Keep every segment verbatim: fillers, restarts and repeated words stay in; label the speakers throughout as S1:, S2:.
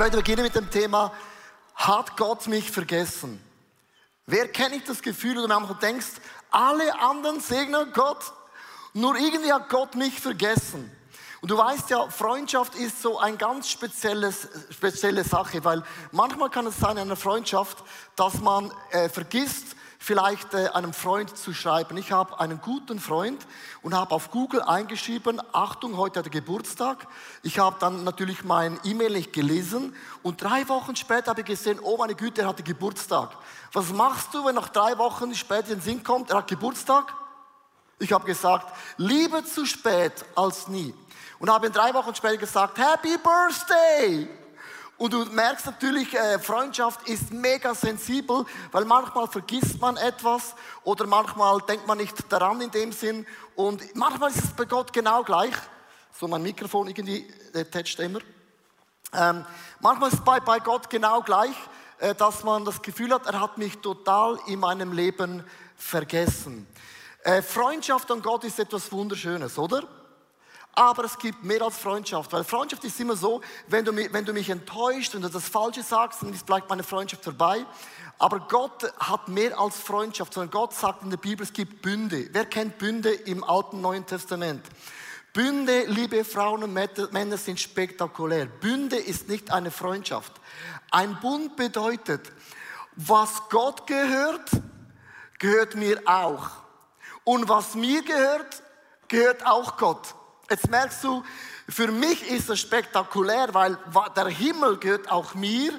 S1: möchte beginnen mit dem Thema, hat Gott mich vergessen? Wer kennt nicht das Gefühl, oder manchmal denkst, alle anderen segnen Gott, nur irgendwie hat Gott mich vergessen. Und du weißt ja, Freundschaft ist so eine ganz spezielles, spezielle Sache, weil manchmal kann es sein in einer Freundschaft, dass man äh, vergisst, vielleicht äh, einem Freund zu schreiben. Ich habe einen guten Freund und habe auf Google eingeschrieben, Achtung, heute hat er Geburtstag. Ich habe dann natürlich mein E-Mail nicht gelesen und drei Wochen später habe ich gesehen, oh meine Güte, er hatte Geburtstag. Was machst du, wenn nach drei Wochen später in den Sinn kommt, er hat Geburtstag? Ich habe gesagt, lieber zu spät als nie. Und habe ihn drei Wochen später gesagt, Happy Birthday! Und du merkst natürlich, äh, Freundschaft ist mega sensibel, weil manchmal vergisst man etwas oder manchmal denkt man nicht daran in dem Sinn. Und manchmal ist es bei Gott genau gleich. So, mein Mikrofon irgendwie äh, tätscht immer. Ähm, manchmal ist es bei, bei Gott genau gleich, äh, dass man das Gefühl hat, er hat mich total in meinem Leben vergessen. Äh, Freundschaft an Gott ist etwas Wunderschönes, oder? Aber es gibt mehr als Freundschaft, weil Freundschaft ist immer so, wenn du, mich, wenn du mich enttäuscht, wenn du das Falsche sagst, dann ist vielleicht meine Freundschaft vorbei. Aber Gott hat mehr als Freundschaft, sondern Gott sagt in der Bibel, es gibt Bünde. Wer kennt Bünde im Alten Neuen Testament? Bünde, liebe Frauen und Männer, sind spektakulär. Bünde ist nicht eine Freundschaft. Ein Bund bedeutet, was Gott gehört, gehört mir auch. Und was mir gehört, gehört auch Gott. Jetzt merkst du, für mich ist es spektakulär, weil der Himmel gehört auch mir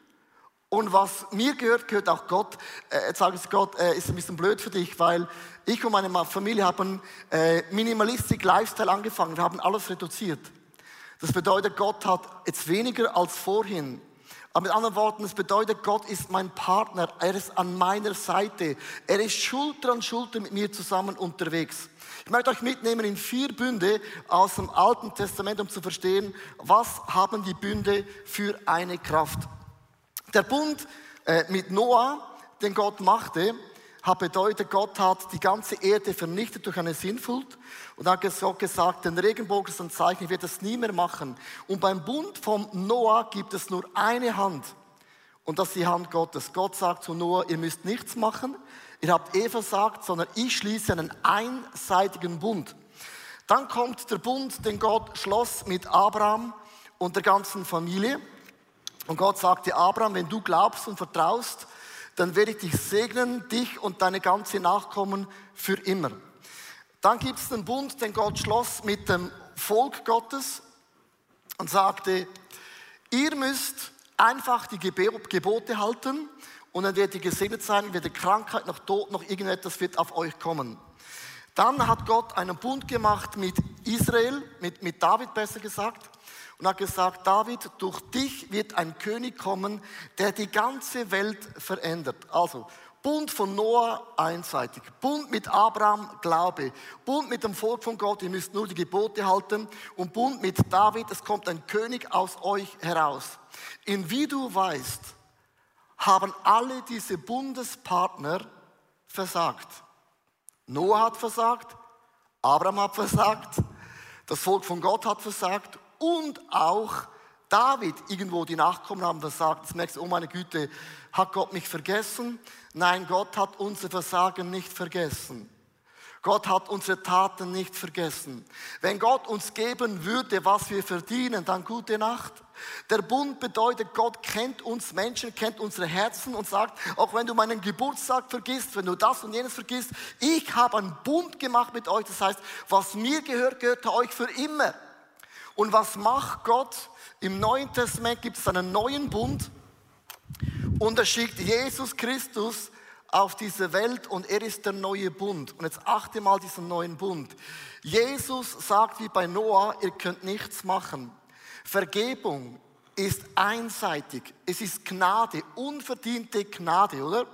S1: und was mir gehört, gehört auch Gott. Jetzt sage ich Gott, ist ein bisschen blöd für dich, weil ich und meine Familie haben Minimalistic Lifestyle angefangen, wir haben alles reduziert. Das bedeutet, Gott hat jetzt weniger als vorhin. Aber mit anderen Worten, es bedeutet, Gott ist mein Partner, er ist an meiner Seite, er ist Schulter an Schulter mit mir zusammen unterwegs. Ich möchte euch mitnehmen in vier Bünde aus dem Alten Testament, um zu verstehen, was haben die Bünde für eine Kraft. Der Bund äh, mit Noah, den Gott machte, hat bedeutet, Gott hat die ganze Erde vernichtet durch eine Sintflut und hat gesagt, den Regenbogen ist ein Zeichen, ich werde das nie mehr machen. Und beim Bund von Noah gibt es nur eine Hand und das ist die Hand Gottes. Gott sagt zu Noah, ihr müsst nichts machen. Ihr habt eh versagt, sondern ich schließe einen einseitigen Bund. Dann kommt der Bund, den Gott schloss mit Abraham und der ganzen Familie. Und Gott sagte, Abraham, wenn du glaubst und vertraust, dann werde ich dich segnen, dich und deine ganze Nachkommen für immer. Dann gibt es den Bund, den Gott schloss mit dem Volk Gottes und sagte, ihr müsst einfach die Gebote halten, und dann werdet ihr gesegnet sein, weder Krankheit noch Tod noch irgendetwas wird auf euch kommen. Dann hat Gott einen Bund gemacht mit Israel, mit, mit David besser gesagt, und hat gesagt, David, durch dich wird ein König kommen, der die ganze Welt verändert. Also, Bund von Noah einseitig, Bund mit Abraham Glaube, Bund mit dem Volk von Gott, ihr müsst nur die Gebote halten, und Bund mit David, es kommt ein König aus euch heraus. In wie du weißt, haben alle diese Bundespartner versagt. Noah hat versagt, Abraham hat versagt, das Volk von Gott hat versagt und auch David, irgendwo die Nachkommen haben versagt. Jetzt merkst du, oh meine Güte, hat Gott mich vergessen? Nein, Gott hat unser Versagen nicht vergessen. Gott hat unsere Taten nicht vergessen. Wenn Gott uns geben würde, was wir verdienen, dann gute Nacht. Der Bund bedeutet, Gott kennt uns Menschen, kennt unsere Herzen und sagt, auch wenn du meinen Geburtstag vergisst, wenn du das und jenes vergisst, ich habe einen Bund gemacht mit euch. Das heißt, was mir gehört, gehört euch für immer. Und was macht Gott? Im Neuen Testament gibt es einen neuen Bund und er schickt Jesus Christus auf diese Welt und er ist der neue Bund. Und jetzt achte mal diesen neuen Bund. Jesus sagt wie bei Noah, ihr könnt nichts machen. Vergebung ist einseitig. Es ist Gnade, unverdiente Gnade, oder?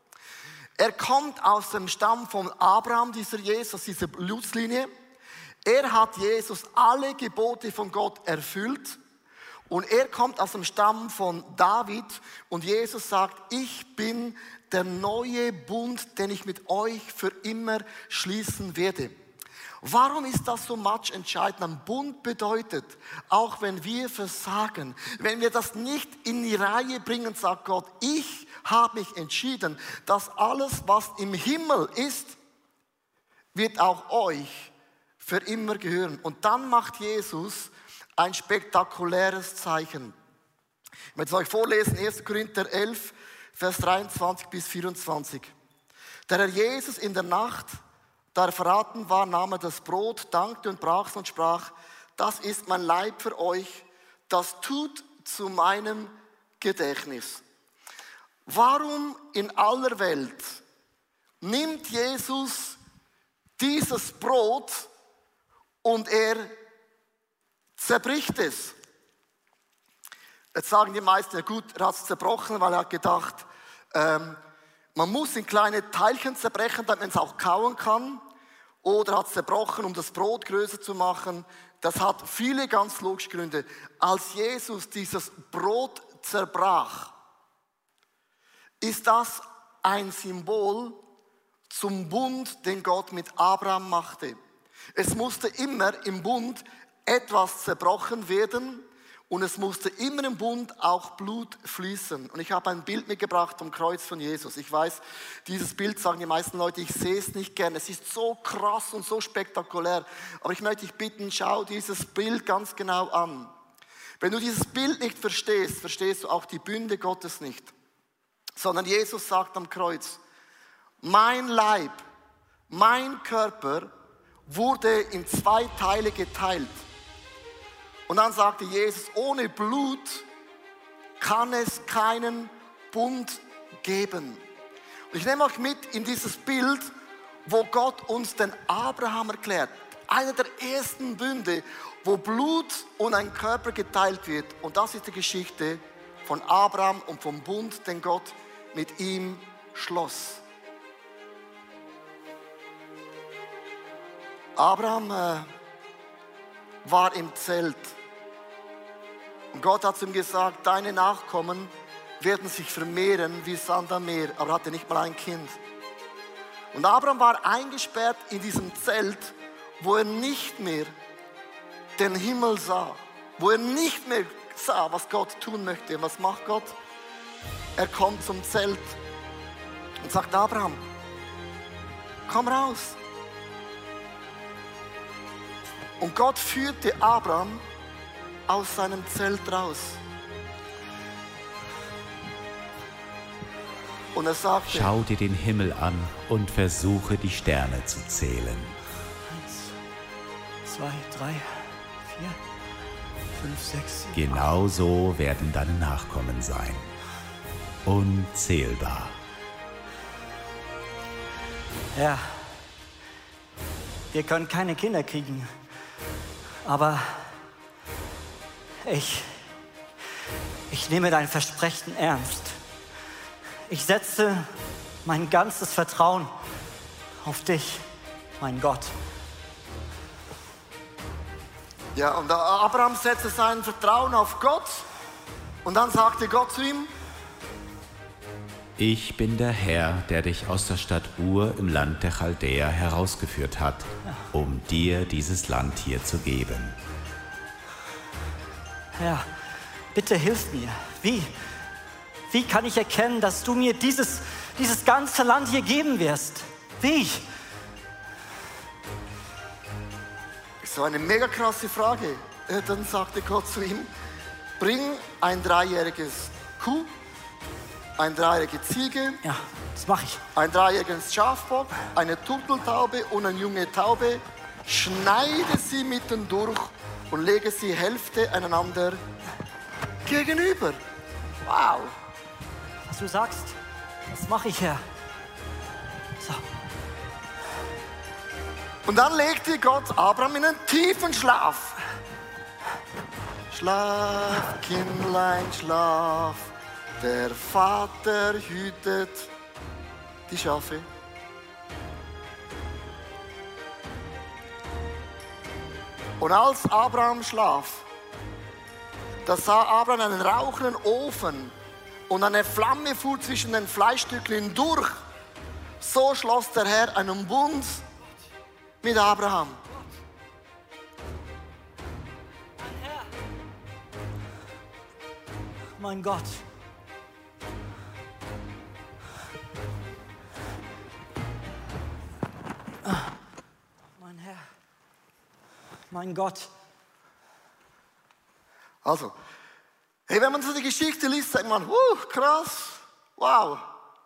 S1: Er kommt aus dem Stamm von Abraham, dieser Jesus, diese Blutslinie. Er hat Jesus alle Gebote von Gott erfüllt. Und er kommt aus dem Stamm von David. Und Jesus sagt, ich bin der neue Bund, den ich mit euch für immer schließen werde. Warum ist das so much entscheidend? Ein Bund bedeutet, auch wenn wir versagen, wenn wir das nicht in die Reihe bringen, sagt Gott, ich habe mich entschieden, dass alles, was im Himmel ist, wird auch euch für immer gehören. Und dann macht Jesus ein spektakuläres Zeichen. Ich möchte es euch vorlesen, erster Korinther elf, Vers dreiundzwanzig bis vierundzwanzig. Der Herr Jesus in der Nacht, da er verraten war, nahm er das Brot, dankte und brach es und sprach, das ist mein Leib für euch, das tut zu meinem Gedächtnis. Warum in aller Welt nimmt Jesus dieses Brot und er zerbricht es? Jetzt sagen die meisten, ja gut, er hat es zerbrochen, weil er hat gedacht, ähm, man muss in kleine Teilchen zerbrechen, damit man es auch kauen kann. Oder hat es zerbrochen, um das Brot größer zu machen. Das hat viele ganz logische Gründe. Als Jesus dieses Brot zerbrach, ist das ein Symbol zum Bund, den Gott mit Abraham machte. Es musste immer im Bund etwas zerbrochen werden. Und es musste immer im Bund auch Blut fließen. Und ich habe ein Bild mitgebracht vom Kreuz von Jesus. Ich weiß, dieses Bild sagen die meisten Leute, ich sehe es nicht gerne. Es ist so krass und so spektakulär. Aber ich möchte dich bitten, schau dieses Bild ganz genau an. Wenn du dieses Bild nicht verstehst, verstehst du auch die Bünde Gottes nicht. Sondern Jesus sagt am Kreuz, mein Leib, mein Körper wurde in zwei Teile geteilt. Und dann sagte Jesus, ohne Blut kann es keinen Bund geben. Und ich nehme euch mit in dieses Bild, wo Gott uns den Abraham erklärt. Einer der ersten Bünde, wo Blut und ein Körper geteilt wird. Und das ist die Geschichte von Abraham und vom Bund, den Gott mit ihm schloss. Abraham äh, war im Zelt. Und Gott hat zu ihm gesagt, deine Nachkommen werden sich vermehren wie Sand am Meer. Aber er hatte nicht mal ein Kind. Und Abraham war eingesperrt in diesem Zelt, wo er nicht mehr den Himmel sah. Wo er nicht mehr sah, was Gott tun möchte. Was macht Gott? Er kommt zum Zelt und sagt, Abraham, komm raus. Und Gott führte Abraham aus seinem Zelt raus. Und er sagte,
S2: schau dir den Himmel an und versuche die Sterne zu zählen.
S3: Eins, zwei, drei, vier, fünf, sechs, sieben.
S2: Genauso werden deine Nachkommen sein. Unzählbar.
S3: Ja, wir können keine Kinder kriegen. Aber ich, ich nehme dein Versprechen ernst. Ich setze mein ganzes Vertrauen auf dich, mein Gott.
S1: Ja, und Abraham setzte sein Vertrauen auf Gott. Und dann sagte Gott zu ihm,
S2: ich bin der Herr, der dich aus der Stadt Ur im Land der Chaldäer herausgeführt hat, um dir dieses Land hier zu geben.
S3: Herr, bitte hilf mir. Wie? Wie kann ich erkennen, dass du mir dieses, dieses ganze Land hier geben wirst? Wie?
S1: So eine mega krasse Frage. Dann sagte Gott zu ihm, bring ein dreijähriges Kuh, eine dreijährige Ziege,
S3: ja, das mache ich.
S1: Ein dreijähriges Schafbock, eine Turteltaube und eine junge Taube. Schneide sie mitten durch und lege sie Hälfte einander gegenüber. Wow.
S3: Was du sagst, das mache ich, Herr. So.
S1: Und dann legte Gott Abraham in einen tiefen Schlaf. Schlaf, Kindlein, schlaf. Der Vater hütet die Schafe. Und als Abraham schlaf, da sah Abraham einen rauchenden Ofen und eine Flamme fuhr zwischen den Fleischstückchen hindurch. So schloss der Herr einen Bund mit Abraham.
S3: mein Gott. Mein Herr, mein Gott.
S1: Also, hey, wenn man so die Geschichte liest, sagt man, uh, krass, wow.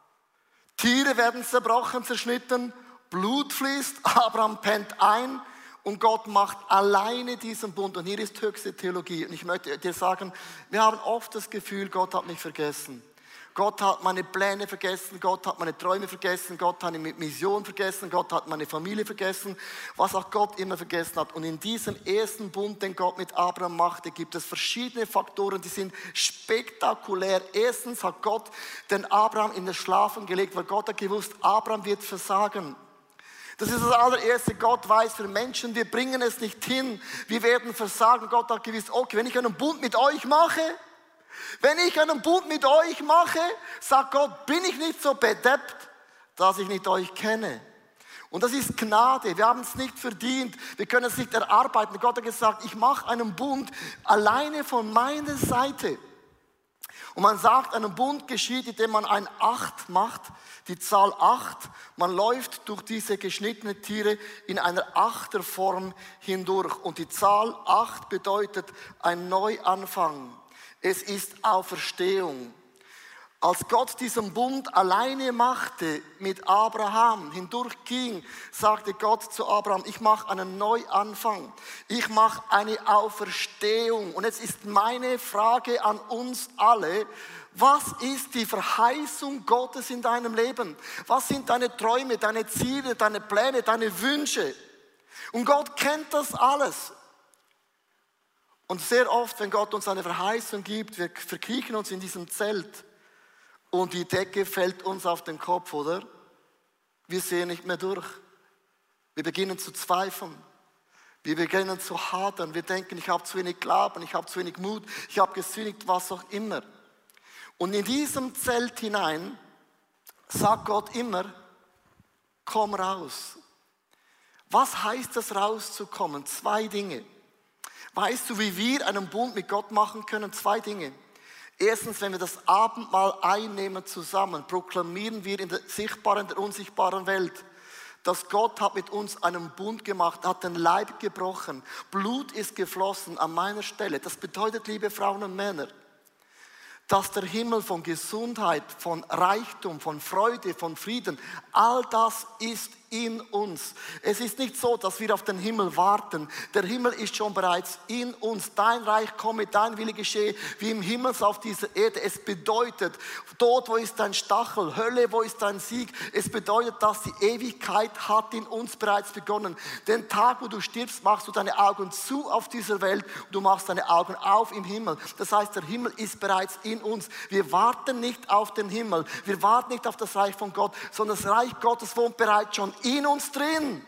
S1: Tiere werden zerbrochen, zerschnitten, Blut fließt, Abraham pennt ein und Gott macht alleine diesen Bund. Und hier ist höchste Theologie. Und ich möchte dir sagen, wir haben oft das Gefühl, Gott hat mich vergessen. Gott hat meine Pläne vergessen, Gott hat meine Träume vergessen, Gott hat meine Mission vergessen, Gott hat meine Familie vergessen, was auch Gott immer vergessen hat. Und in diesem ersten Bund, den Gott mit Abraham machte, gibt es verschiedene Faktoren, die sind spektakulär. Erstens hat Gott den Abraham in den Schlafen gelegt, weil Gott hat gewusst, Abraham wird versagen. Das ist das allererste. Gott weiß für Menschen, wir bringen es nicht hin, wir werden versagen. Gott hat gewusst, okay, wenn ich einen Bund mit euch mache, Wenn ich einen Bund mit euch mache, sagt Gott, bin ich nicht so bedeppt, dass ich nicht euch kenne. Und das ist Gnade, wir haben es nicht verdient, wir können es nicht erarbeiten. Gott hat gesagt, ich mache einen Bund alleine von meiner Seite. Und man sagt, ein Bund geschieht, indem man ein Acht macht, die Zahl acht. Man läuft durch diese geschnittenen Tiere in einer Achterform hindurch. Und die Zahl acht bedeutet ein Neuanfang. Es ist Auferstehung. Als Gott diesen Bund alleine machte, mit Abraham hindurchging, sagte Gott zu Abraham, ich mache einen Neuanfang, ich mache eine Auferstehung. Und jetzt ist meine Frage an uns alle, was ist die Verheißung Gottes in deinem Leben? Was sind deine Träume, deine Ziele, deine Pläne, deine Wünsche? Und Gott kennt das alles. Und sehr oft, wenn Gott uns eine Verheißung gibt, wir verkriechen uns in diesem Zelt und die Decke fällt uns auf den Kopf, oder? Wir sehen nicht mehr durch. Wir beginnen zu zweifeln. Wir beginnen zu hadern. Wir denken, ich habe zu wenig Glauben, ich habe zu wenig Mut, ich habe gesündigt, was auch immer. Und in diesem Zelt hinein sagt Gott immer, komm raus. Was heißt das, rauszukommen? Zwei Dinge. Weißt du, wie wir einen Bund mit Gott machen können? Zwei Dinge. Erstens, wenn wir das Abendmahl einnehmen zusammen, proklamieren wir in der sichtbaren, in der unsichtbaren Welt, dass Gott hat mit uns einen Bund gemacht, hat den Leib gebrochen, Blut ist geflossen an meiner Stelle. Das bedeutet, liebe Frauen und Männer, dass der Himmel von Gesundheit, von Reichtum, von Freude, von Frieden, all das ist in uns. Es ist nicht so, dass wir auf den Himmel warten. Der Himmel ist schon bereits in uns. Dein Reich komme, dein Wille geschehe, wie im Himmel so auf dieser Erde. Es bedeutet, Tod, wo ist dein Stachel? Hölle, wo ist dein Sieg? Es bedeutet, dass die Ewigkeit hat in uns bereits begonnen. Den Tag, wo du stirbst, machst du deine Augen zu auf dieser Welt und du machst deine Augen auf im Himmel. Das heißt, der Himmel ist bereits in uns. Wir warten nicht auf den Himmel. Wir warten nicht auf das Reich von Gott, sondern das Reich Gottes wohnt bereits schon in uns drin.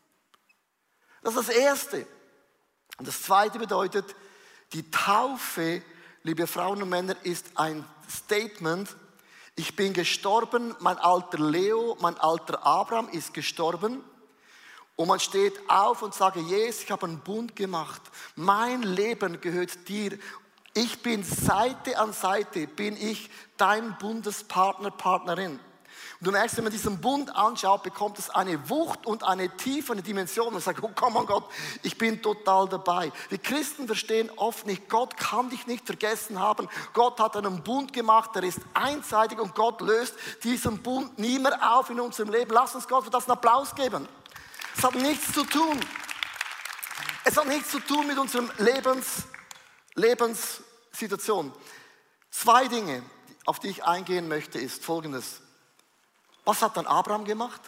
S1: Das ist das Erste. Und das Zweite bedeutet, die Taufe, liebe Frauen und Männer, ist ein Statement. Ich bin gestorben, mein alter Leo, mein alter Abraham ist gestorben. Und man steht auf und sagt, Jesus, ich habe einen Bund gemacht. Mein Leben gehört dir. Ich bin Seite an Seite, bin ich dein Bundespartner, Partnerin. Und du merkst, wenn man diesen Bund anschaut, bekommt es eine Wucht und eine Tiefe, eine Dimension. Und man sagt, oh komm on Gott, ich bin total dabei. Wir Christen verstehen oft nicht, Gott kann dich nicht vergessen haben. Gott hat einen Bund gemacht, der ist einseitig und Gott löst diesen Bund nie mehr auf in unserem Leben. Lass uns Gott für das einen Applaus geben. Es hat nichts zu tun. Es hat nichts zu tun mit unserem Lebens, Lebenssituation. Zwei Dinge, auf die ich eingehen möchte, ist Folgendes. Was hat dann Abraham gemacht?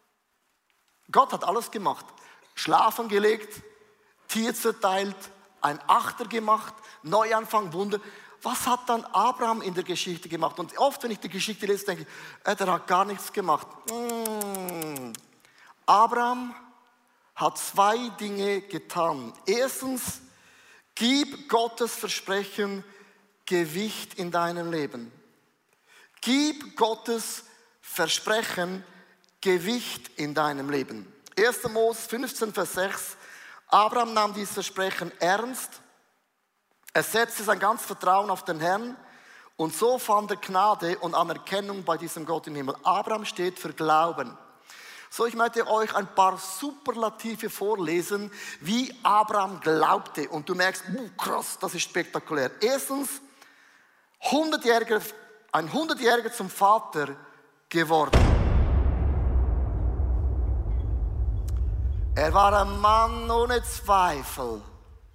S1: Gott hat alles gemacht. Schlafen gelegt, Tier zerteilt, ein Achter gemacht, Neuanfang, Wunder. Was hat dann Abraham in der Geschichte gemacht? Und oft, wenn ich die Geschichte lese, denke ich, äh, der hat gar nichts gemacht. Mmh. Abraham hat zwei Dinge getan. Erstens, gib Gottes Versprechen Gewicht in deinem Leben. Gib Gottes Versprechen Gewicht in deinem Leben. erster Mose fünfzehn, Vers sechs. Abraham nahm dieses Versprechen ernst. Er setzte sein ganzes Vertrauen auf den Herrn, Und so fand er Gnade und Anerkennung bei diesem Gott im Himmel. Abraham steht für Glauben. So, ich möchte euch ein paar Superlative vorlesen, wie Abraham glaubte. Und du merkst, uh, krass, das ist spektakulär. Erstens, hundertjähriger, ein hundertjähriger zum Vater geworden. Er war ein Mann ohne Zweifel.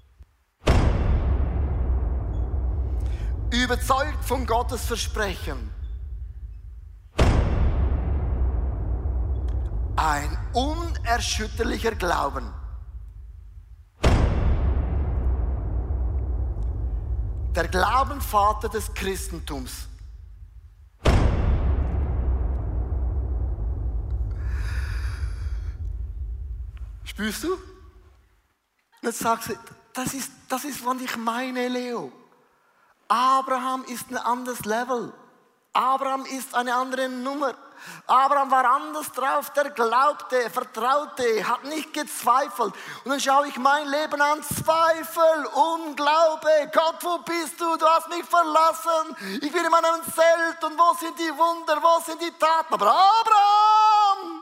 S1: Überzeugt von Gottes Versprechen. Ein unerschütterlicher Glauben. Der Glaubenvater des Christentums. Spürst du? Und jetzt sagst du, das ist, das ist, was ich meine, Leo. Abraham ist ein anderes Level. Abraham ist eine andere Nummer. Abraham war anders drauf, der glaubte, vertraute, hat nicht gezweifelt. Und dann schaue ich mein Leben an, Zweifel, Unglaube. Gott, wo bist du? Du hast mich verlassen. Ich bin in meinem Zelt und wo sind die Wunder, wo sind die Taten? Aber Abraham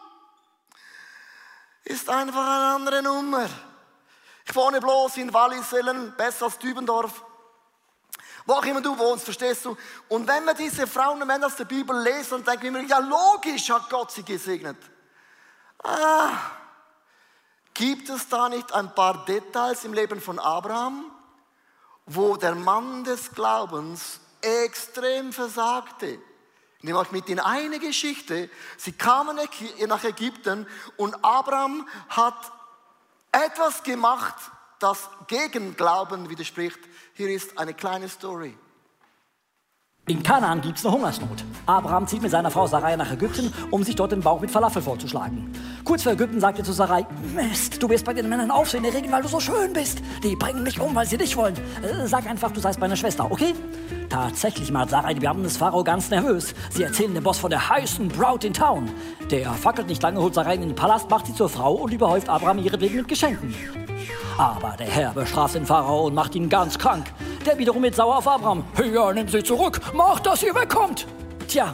S1: ist einfach eine andere Nummer. Ich wohne bloß in Wallisellen, besser als Dübendorf. Wo auch immer du wohnst, verstehst du? Und wenn wir diese Frauen und Männer aus der Bibel lesen, dann denken wir, ja logisch hat Gott sie gesegnet. Ah, gibt es da nicht ein paar Details im Leben von Abraham, wo der Mann des Glaubens extrem versagte? Ich nehme euch mit in eine Geschichte. Sie kamen nach Ägypten und Abraham hat etwas gemacht, das gegen Glauben widerspricht. Hier ist eine kleine Story.
S4: In Kanaan gibt es eine Hungersnot. Abraham zieht mit seiner Frau Sarai nach Ägypten, um sich dort den Bauch mit Falafel vorzuschlagen. Kurz vor Ägypten sagt er zu Sarai, Mist, du wirst bei den Männern Aufsehen erregen, weil du so schön bist. Die bringen mich um, weil sie dich wollen. Äh, sag einfach, du seist meine Schwester, okay? Tatsächlich macht Sarai die Beamten des Pharao ganz nervös. Sie erzählen dem Boss von der heißen Braut in Town. Der fackelt nicht lange, holt Sarai in den Palast, macht sie zur Frau und überhäuft Abraham ihretwegen mit Geschenken. Aber der Herr bestraft den Pharao und macht ihn ganz krank. Der wiederum wird sauer auf Abraham. Ja, nimmt sie zurück. Macht, dass ihr wegkommt. Tja.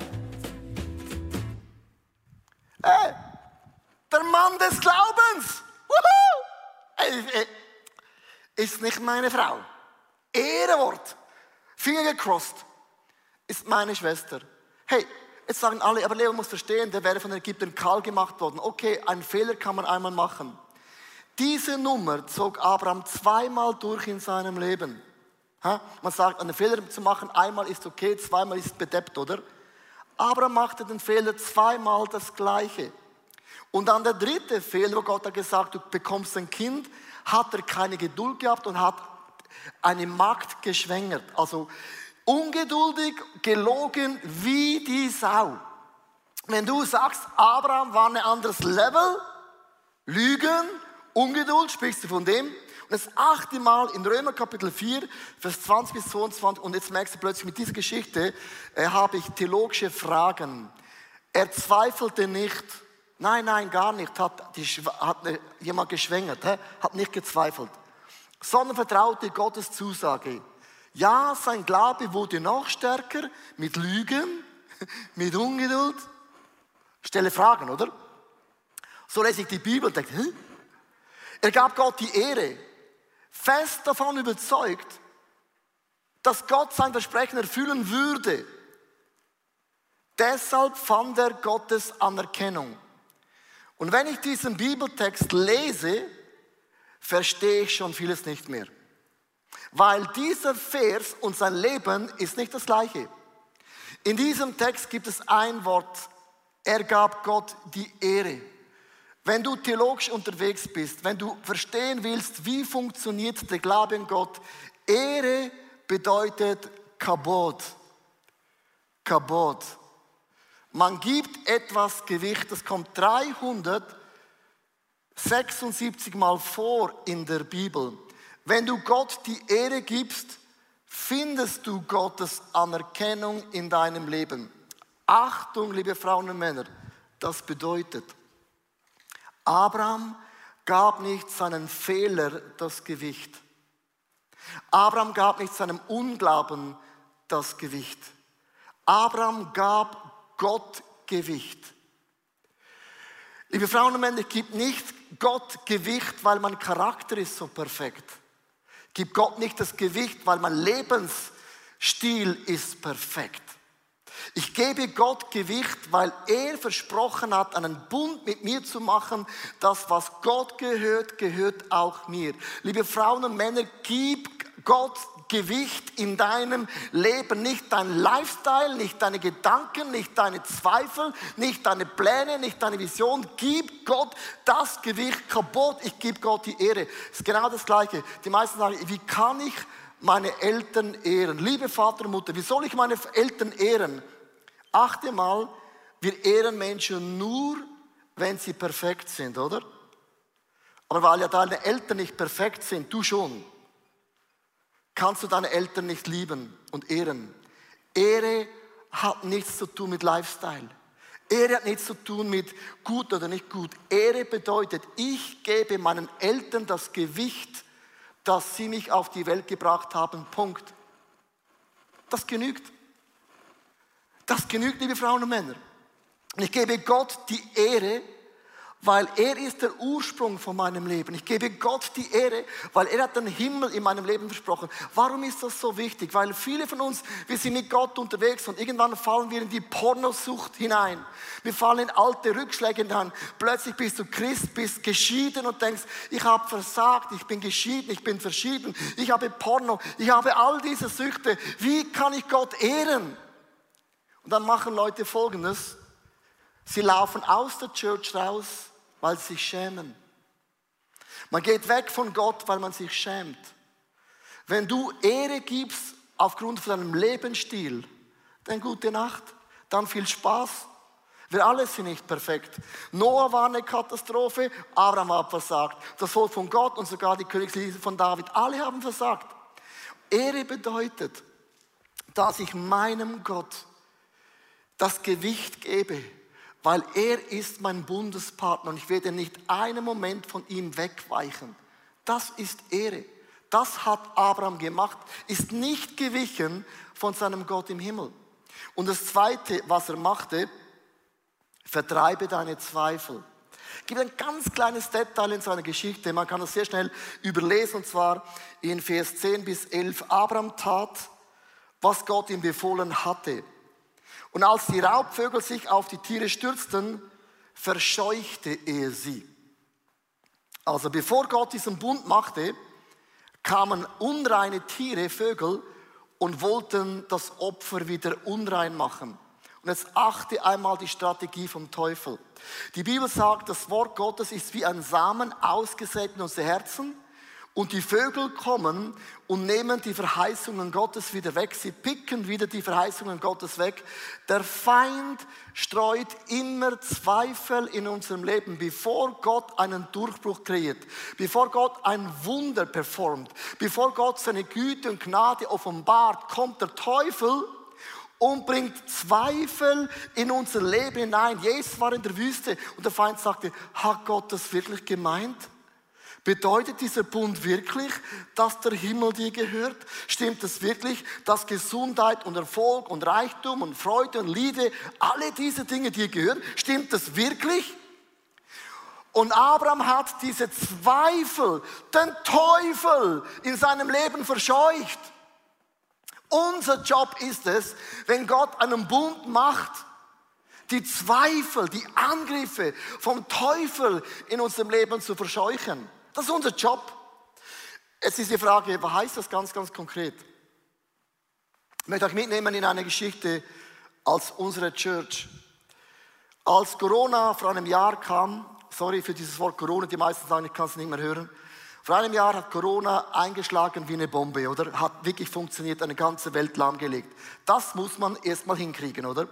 S1: Hey, der Mann des Glaubens. Wuhu! Ey, ey, ist nicht meine Frau. Ehrenwort. Finger gecrossed. Ist meine Schwester. Hey, jetzt sagen alle, aber Leo muss verstehen, der wäre von den Ägyptern kahl gemacht worden. Okay, einen Fehler kann man einmal machen. Diese Nummer zog Abraham zweimal durch in seinem Leben. Ha? Man sagt, einen Fehler zu machen, einmal ist okay, zweimal ist bedeppt, oder? Abraham machte den Fehler zweimal das Gleiche. Und dann der dritte Fehler, wo Gott hat gesagt, du bekommst ein Kind, hat er keine Geduld gehabt und hat eine Magd geschwängert. Also ungeduldig, gelogen wie die Sau. Wenn du sagst, Abraham war ein anderes Level, Lügen, Ungeduld, sprichst du von dem. Und das achte Mal in Römer Kapitel vier, Vers zwanzig bis zweiundzwanzig. Und jetzt merkst du plötzlich, mit dieser Geschichte äh, habe ich theologische Fragen. Er zweifelte nicht. Nein, nein, gar nicht. Hat, die, hat jemand geschwängert, hä? Hat nicht gezweifelt. Sondern vertraute Gottes Zusage. Ja, sein Glaube wurde noch stärker mit Lügen, mit Ungeduld. Stelle Fragen, oder? So lese ich die Bibel und denke, hä? Er gab Gott die Ehre, fest davon überzeugt, dass Gott sein Versprechen erfüllen würde. Deshalb fand er Gottes Anerkennung. Und wenn ich diesen Bibeltext lese, verstehe ich schon vieles nicht mehr. Weil dieser Vers und sein Leben ist nicht das Gleiche. In diesem Text gibt es ein Wort, er gab Gott die Ehre. Wenn du theologisch unterwegs bist, wenn du verstehen willst, wie funktioniert der Glaube an Gott, Ehre bedeutet Kabod. Kabod. Man gibt etwas Gewicht, das kommt dreihundertsechsundsiebzig Mal vor in der Bibel. Wenn du Gott die Ehre gibst, findest du Gottes Anerkennung in deinem Leben. Achtung, liebe Frauen und Männer, das bedeutet, Abraham gab nicht seinen Fehler das Gewicht. Abraham gab nicht seinem Unglauben das Gewicht. Abraham gab Gott Gewicht. Liebe Frauen und Männer, gib nicht Gott Gewicht, weil mein Charakter ist so perfekt. Gib Gott nicht das Gewicht, weil mein Lebensstil ist perfekt. Ich gebe Gott Gewicht, weil er versprochen hat, einen Bund mit mir zu machen. Das, was Gott gehört, gehört auch mir. Liebe Frauen und Männer, gib Gott Gewicht in deinem Leben. Nicht dein Lifestyle, nicht deine Gedanken, nicht deine Zweifel, nicht deine Pläne, nicht deine Vision. Gib Gott das Gewicht kaputt. Ich gebe Gott die Ehre. Das ist genau das Gleiche. Die meisten sagen, wie kann ich meine Eltern ehren? Liebe Vater und Mutter, wie soll ich meine Eltern ehren? Achte mal, wir ehren Menschen nur, wenn sie perfekt sind, oder? Aber weil ja deine Eltern nicht perfekt sind, du schon, kannst du deine Eltern nicht lieben und ehren. Ehre hat nichts zu tun mit Lifestyle. Ehre hat nichts zu tun mit gut oder nicht gut. Ehre bedeutet, ich gebe meinen Eltern das Gewicht, dass sie mich auf die Welt gebracht haben. Punkt. Das genügt. Das genügt, liebe Frauen und Männer. Und ich gebe Gott die Ehre, weil er ist der Ursprung von meinem Leben. Ich gebe Gott die Ehre, weil er hat den Himmel in meinem Leben versprochen. Warum ist das so wichtig? Weil viele von uns, wir sind mit Gott unterwegs und irgendwann fallen wir in die Pornosucht hinein. Wir fallen in alte Rückschläge hinein. Plötzlich bist du Christ, bist geschieden und denkst, ich habe versagt, ich bin geschieden, ich bin verschieden, ich habe Porno, ich habe all diese Süchte. Wie kann ich Gott ehren? Und dann machen Leute Folgendes. Sie laufen aus der Church raus, weil sie sich schämen. Man geht weg von Gott, weil man sich schämt. Wenn du Ehre gibst aufgrund von deinem Lebensstil, dann gute Nacht, dann viel Spaß. Wir alle sind nicht perfekt. Noah war eine Katastrophe, Abraham hat versagt. Das Volk von Gott und sogar die Königslinie von David, alle haben versagt. Ehre bedeutet, dass ich meinem Gott das Gewicht gebe, weil er ist mein Bundespartner und ich werde nicht einen Moment von ihm wegweichen. Das ist Ehre. Das hat Abraham gemacht, ist nicht gewichen von seinem Gott im Himmel. Und das Zweite, was er machte, vertreibe deine Zweifel. Es gibt ein ganz kleines Detail in seiner Geschichte, man kann das sehr schnell überlesen, und zwar in Vers zehn bis elf. Abraham tat, was Gott ihm befohlen hatte. Und als die Raubvögel sich auf die Tiere stürzten, verscheuchte er sie. Also bevor Gott diesen Bund machte, kamen unreine Tiere, Vögel, und wollten das Opfer wieder unrein machen. Und jetzt achte einmal die Strategie vom Teufel. Die Bibel sagt, das Wort Gottes ist wie ein Samen ausgesät in unsere Herzen. Und die Vögel kommen und nehmen die Verheißungen Gottes wieder weg. Sie picken wieder die Verheißungen Gottes weg. Der Feind streut immer Zweifel in unserem Leben, bevor Gott einen Durchbruch kreiert, bevor Gott ein Wunder performt, bevor Gott seine Güte und Gnade offenbart, kommt der Teufel und bringt Zweifel in unser Leben hinein. Jesus war in der Wüste und der Feind sagte, hat Gott das wirklich gemeint? Bedeutet dieser Bund wirklich, dass der Himmel dir gehört? Stimmt es wirklich, dass Gesundheit und Erfolg und Reichtum und Freude und Liebe, alle diese Dinge dir gehören? Stimmt das wirklich? Und Abraham hat diese Zweifel, den Teufel in seinem Leben verscheucht. Unser Job ist es, wenn Gott einen Bund macht, die Zweifel, die Angriffe vom Teufel in unserem Leben zu verscheuchen. Das ist unser Job. Jetzt ist die Frage, was heißt das ganz, ganz konkret? Ich möchte euch mitnehmen in eine Geschichte aus unserer Church. Als Corona vor einem Jahr kam, sorry für dieses Wort Corona, die meisten sagen, ich kann es nicht mehr hören. Vor einem Jahr hat Corona eingeschlagen wie eine Bombe, oder? Hat wirklich funktioniert, eine ganze Welt lahmgelegt. Das muss man erstmal hinkriegen, oder?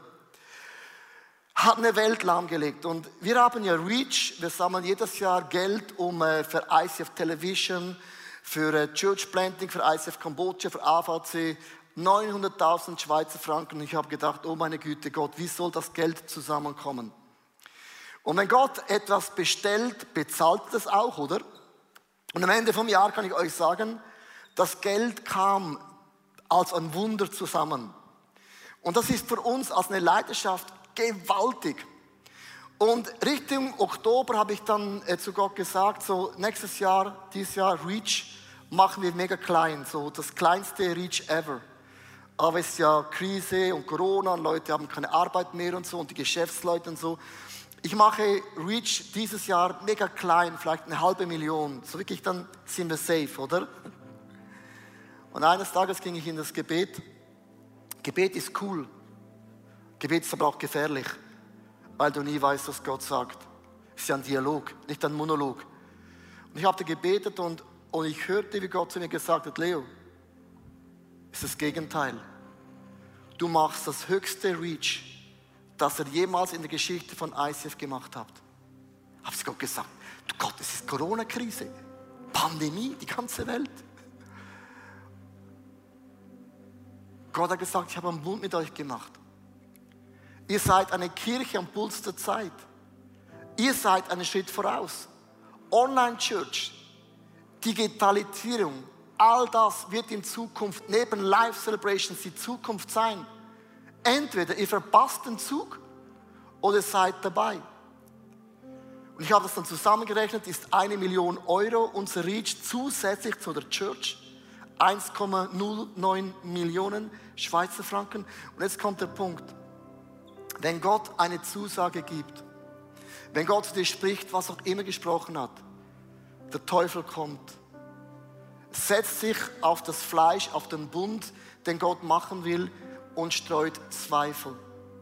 S1: Hat eine Welt lahmgelegt. Und wir haben ja Reach, wir sammeln jedes Jahr Geld um, äh, für I C F Television, für äh, Church Planting, für I C F Kambodscha, für A V C, neunhunderttausend Schweizer Franken. Und ich habe gedacht, oh meine Güte Gott, wie soll das Geld zusammenkommen? Und wenn Gott etwas bestellt, bezahlt das auch, oder? Und am Ende vom Jahr kann ich euch sagen, das Geld kam als ein Wunder zusammen. Und das ist für uns als eine Leidenschaft gewaltig. Und Richtung Oktober habe ich dann äh, zu Gott gesagt, so nächstes Jahr, dieses Jahr Reach machen wir mega klein, so das kleinste Reach ever. Aber es ist ja Krise und Corona und Leute haben keine Arbeit mehr und so und die Geschäftsleute und so. Ich mache Reach dieses Jahr mega klein, vielleicht eine halbe Million. So wirklich, dann sind wir safe, oder? Und eines Tages ging ich in das Gebet. Gebet ist cool. Gebet ist aber auch gefährlich, weil du nie weißt, was Gott sagt. Es ist ja ein Dialog, nicht ein Monolog. Und ich habe gebetet und, und ich hörte, wie Gott zu mir gesagt hat, Leo, ist das Gegenteil. Du machst das höchste Reach, das er jemals in der Geschichte von I C F gemacht hat. Habe ich Gott gesagt, du Gott, es ist Corona-Krise, Pandemie, die ganze Welt. Gott hat gesagt, ich habe einen Bund mit euch gemacht. Ihr seid eine Kirche am Puls der Zeit. Ihr seid einen Schritt voraus. Online-Church, Digitalisierung, all das wird in Zukunft neben Live-Celebrations die Zukunft sein. Entweder ihr verpasst den Zug oder ihr seid dabei. Und ich habe das dann zusammengerechnet, ist eine Million Euro unser Reach zusätzlich zu der Church. eins Komma null neun Millionen Schweizer Franken. Und jetzt kommt der Punkt. Wenn Gott eine Zusage gibt, wenn Gott zu dir spricht, was auch immer gesprochen hat, der Teufel kommt, setzt sich auf das Fleisch, auf den Bund, den Gott machen will und streut Zweifel.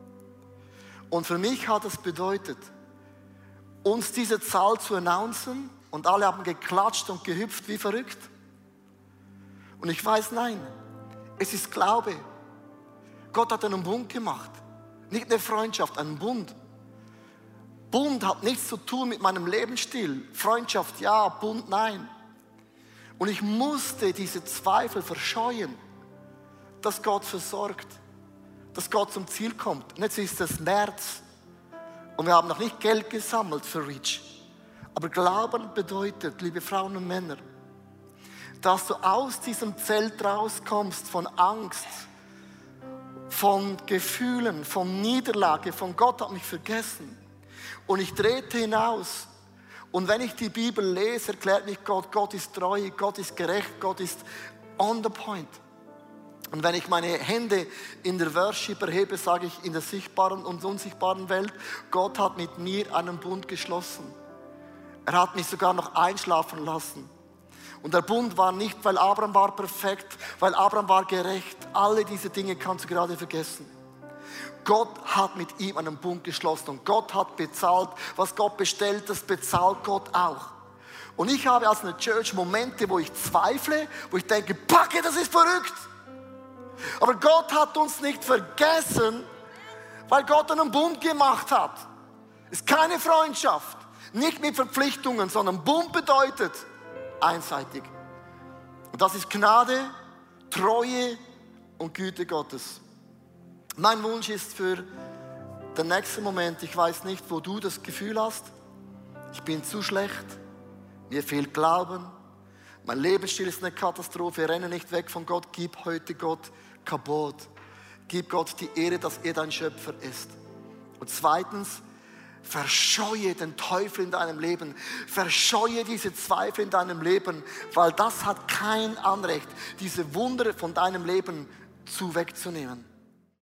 S1: Und für mich hat es bedeutet, uns diese Zahl zu announcen und alle haben geklatscht und gehüpft wie verrückt. Und ich weiß, nein, es ist Glaube. Gott hat einen Bund gemacht. Nicht eine Freundschaft, einen Bund. Bund hat nichts zu tun mit meinem Lebensstil. Freundschaft ja, Bund nein. Und ich musste diese Zweifel verscheuen, dass Gott versorgt, dass Gott zum Ziel kommt. Und jetzt ist es März und wir haben noch nicht Geld gesammelt für Reach. Aber Glauben bedeutet, liebe Frauen und Männer, dass du aus diesem Zelt rauskommst von Angst, von Gefühlen, von Niederlage, von Gott hat mich vergessen. Und ich trete hinaus. Und wenn ich die Bibel lese, erklärt mich Gott, Gott ist treu, Gott ist gerecht, Gott ist on the point. Und wenn ich meine Hände in der Worship erhebe, sage ich in der sichtbaren und unsichtbaren Welt, Gott hat mit mir einen Bund geschlossen. Er hat mich sogar noch einschlafen lassen. Und der Bund war nicht, weil Abraham war perfekt, weil Abraham war gerecht. Alle diese Dinge kannst du gerade vergessen. Gott hat mit ihm einen Bund geschlossen und Gott hat bezahlt. Was Gott bestellt, das bezahlt Gott auch. Und ich habe als eine Church Momente, wo ich zweifle, wo ich denke, Packe, das ist verrückt. Aber Gott hat uns nicht vergessen, weil Gott einen Bund gemacht hat. Es ist keine Freundschaft, nicht mit Verpflichtungen, sondern Bund bedeutet einseitig. Und das ist Gnade, Treue und Güte Gottes. Mein Wunsch ist für den nächsten Moment, ich weiß nicht, wo du das Gefühl hast, ich bin zu schlecht, mir fehlt Glauben, mein Lebensstil ist eine Katastrophe, ich renne nicht weg von Gott, gib heute Gott Kabot. Gib Gott die Ehre, dass er dein Schöpfer ist. Und zweitens, verscheue den Teufel in deinem Leben. Verscheue diese Zweifel in deinem Leben, weil das hat kein Anrecht, diese Wunder von deinem Leben zu wegzunehmen.